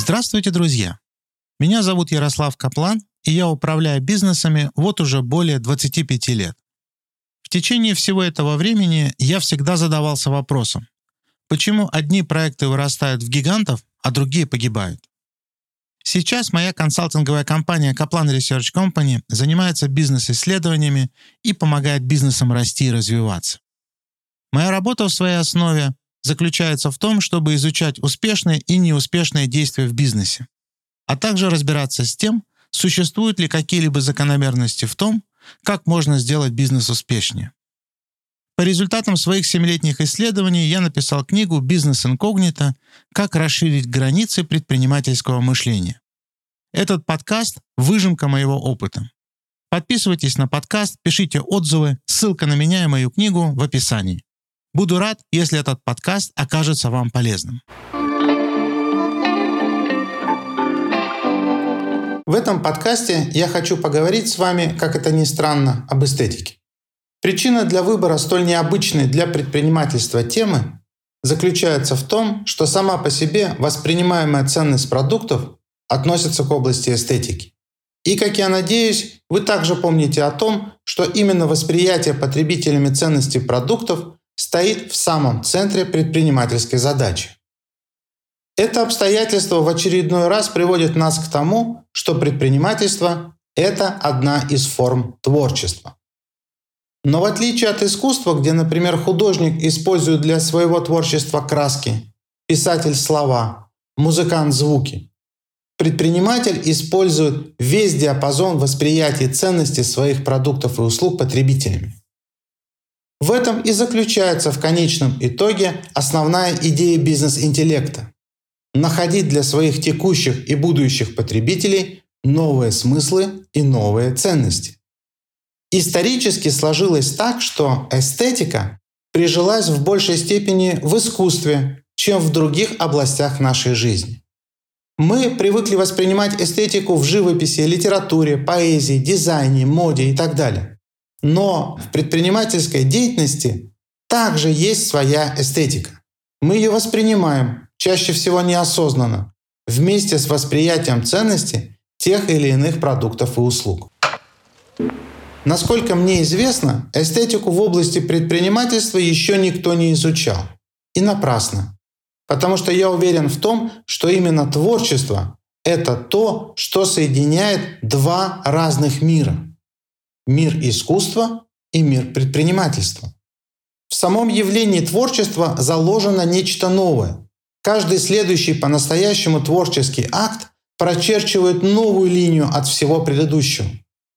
Здравствуйте, друзья! Меня зовут Ярослав Каплан, и я управляю бизнесами вот уже более 25 лет. В течение всего этого времени я всегда задавался вопросом, почему одни проекты вырастают в гигантов, а другие погибают. Сейчас моя консалтинговая компания Kaplan Research Company занимается бизнес-исследованиями и помогает бизнесам расти и развиваться. Моя работа в своей основе заключается в том, чтобы изучать успешные и неуспешные действия в бизнесе, а также разбираться с тем, существуют ли какие-либо закономерности в том, как можно сделать бизнес успешнее. По результатам своих 7-летних исследований я написал книгу «Бизнес инкогнито. Как расширить границы предпринимательского мышления». Этот подкаст – выжимка моего опыта. Подписывайтесь на подкаст, пишите отзывы, ссылка на меня и мою книгу в описании. Буду рад, если этот подкаст окажется вам полезным. В этом подкасте я хочу поговорить с вами, как это ни странно, об эстетике. Причина для выбора столь необычной для предпринимательства темы заключается в том, что сама по себе воспринимаемая ценность продуктов относится к области эстетики. И, как я надеюсь, вы также помните о том, что именно восприятие потребителями ценности продуктов стоит в самом центре предпринимательской задачи. Это обстоятельство в очередной раз приводит нас к тому, что предпринимательство – это одна из форм творчества. Но в отличие от искусства, где, например, художник использует для своего творчества краски, писатель – слова, музыкант – звуки, предприниматель использует весь диапазон восприятия ценности своих продуктов и услуг потребителями. В этом и заключается в конечном итоге основная идея бизнес-интеллекта – находить для своих текущих и будущих потребителей новые смыслы и новые ценности. Исторически сложилось так, что эстетика прижилась в большей степени в искусстве, чем в других областях нашей жизни. Мы привыкли воспринимать эстетику в живописи, литературе, поэзии, дизайне, моде и так далее. Но в предпринимательской деятельности также есть своя эстетика. Мы ее воспринимаем, чаще всего неосознанно, вместе с восприятием ценности тех или иных продуктов и услуг. Насколько мне известно, эстетику в области предпринимательства еще никто не изучал. И напрасно. Потому что я уверен в том, что именно творчество – это то, что соединяет два разных мира. Мир искусства и мир предпринимательства. В самом явлении творчества заложено нечто новое. Каждый следующий по-настоящему творческий акт прочерчивает новую линию от всего предыдущего.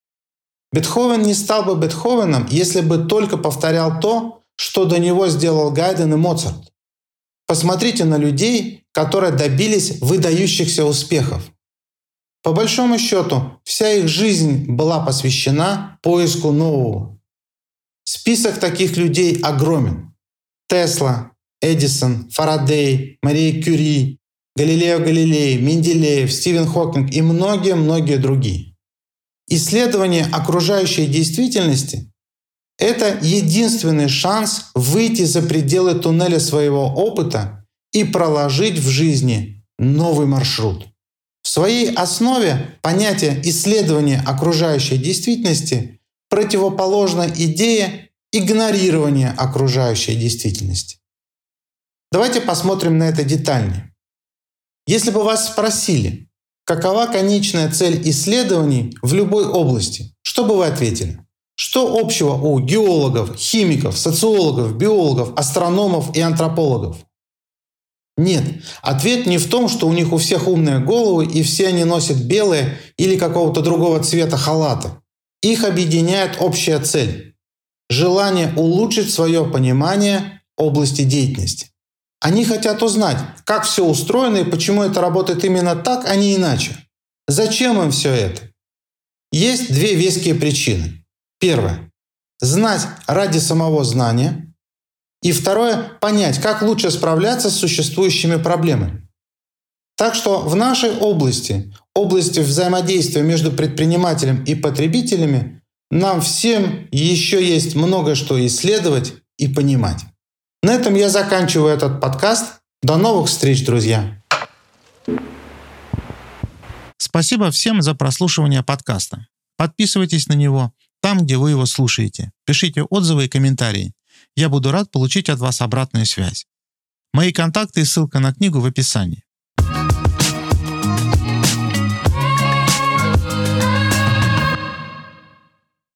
Бетховен не стал бы Бетховеном, если бы только повторял то, что до него сделал Гайден и Моцарт. Посмотрите на людей, которые добились выдающихся успехов. По большому счету, вся их жизнь была посвящена поиску нового. Список таких людей огромен. Тесла, Эдисон, Фарадей, Мария Кюри, Галилео Галилей, Менделеев, Стивен Хокинг и многие-многие другие. Исследование окружающей действительности – это единственный шанс выйти за пределы туннеля своего опыта и проложить в жизни новый маршрут. В своей основе понятие исследования окружающей действительности противоположно идее игнорирования окружающей действительности. Давайте посмотрим на это детальнее. Если бы вас спросили, какова конечная цель исследований в любой области, что бы вы ответили? Что общего у геологов, химиков, социологов, биологов, астрономов и антропологов? Нет, ответ не в том, что у них у всех умные головы и все они носят белые или какого-то другого цвета халата. Их объединяет общая цель – желание улучшить свое понимание области деятельности. Они хотят узнать, как все устроено и почему это работает именно так, а не иначе. Зачем им все это? Есть две веские причины. Первое – знать ради самого знания. И второе – понять, как лучше справляться с существующими проблемами. Так что в нашей области взаимодействия между предпринимателем и потребителями, нам всем еще есть много что исследовать и понимать. На этом я заканчиваю этот подкаст. До новых встреч, друзья! Спасибо всем за прослушивание подкаста. Подписывайтесь на него там, где вы его слушаете. Пишите отзывы и комментарии. Я буду рад получить от вас обратную связь. Мои контакты и ссылка на книгу в описании.